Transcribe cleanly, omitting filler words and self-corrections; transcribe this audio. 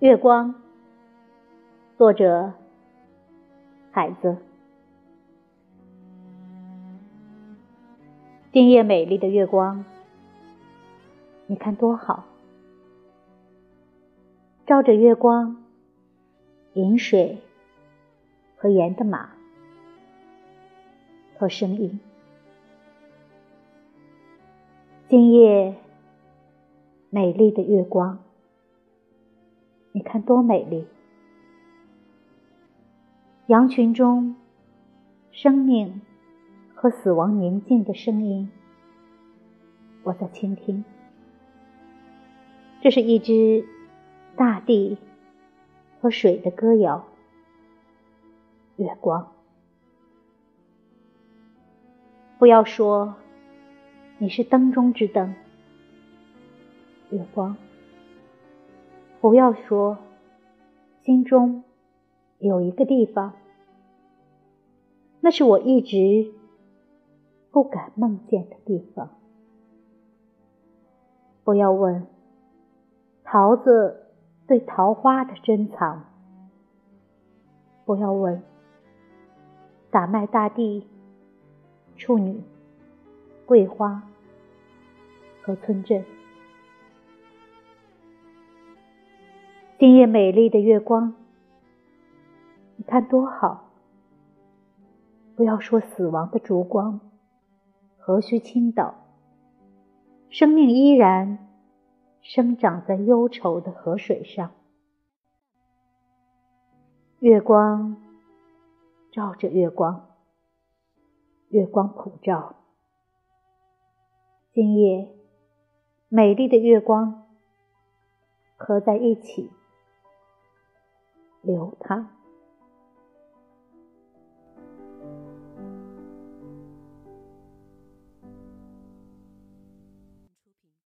月光，作者海子。今夜美丽的月光，你看多好。照着月光，饮水和盐的马和声音。今夜美丽的月光，你看多美丽。羊群中生命和死亡宁静的声音，我在倾听。这是一支大地和水的歌谣。月光，不要说你是灯中之灯。月光，不要说心中有一个地方，那是我一直不敢梦见的地方。不要问桃子对桃花的珍藏，不要问打麦大地、处女、桂花和村镇。今夜美丽的月光，你看多好。不要说死亡的烛光何须倾倒，生命依然生长在忧愁的河水上。月光照着月光，月光普照。今夜美丽的月光合在一起流淌。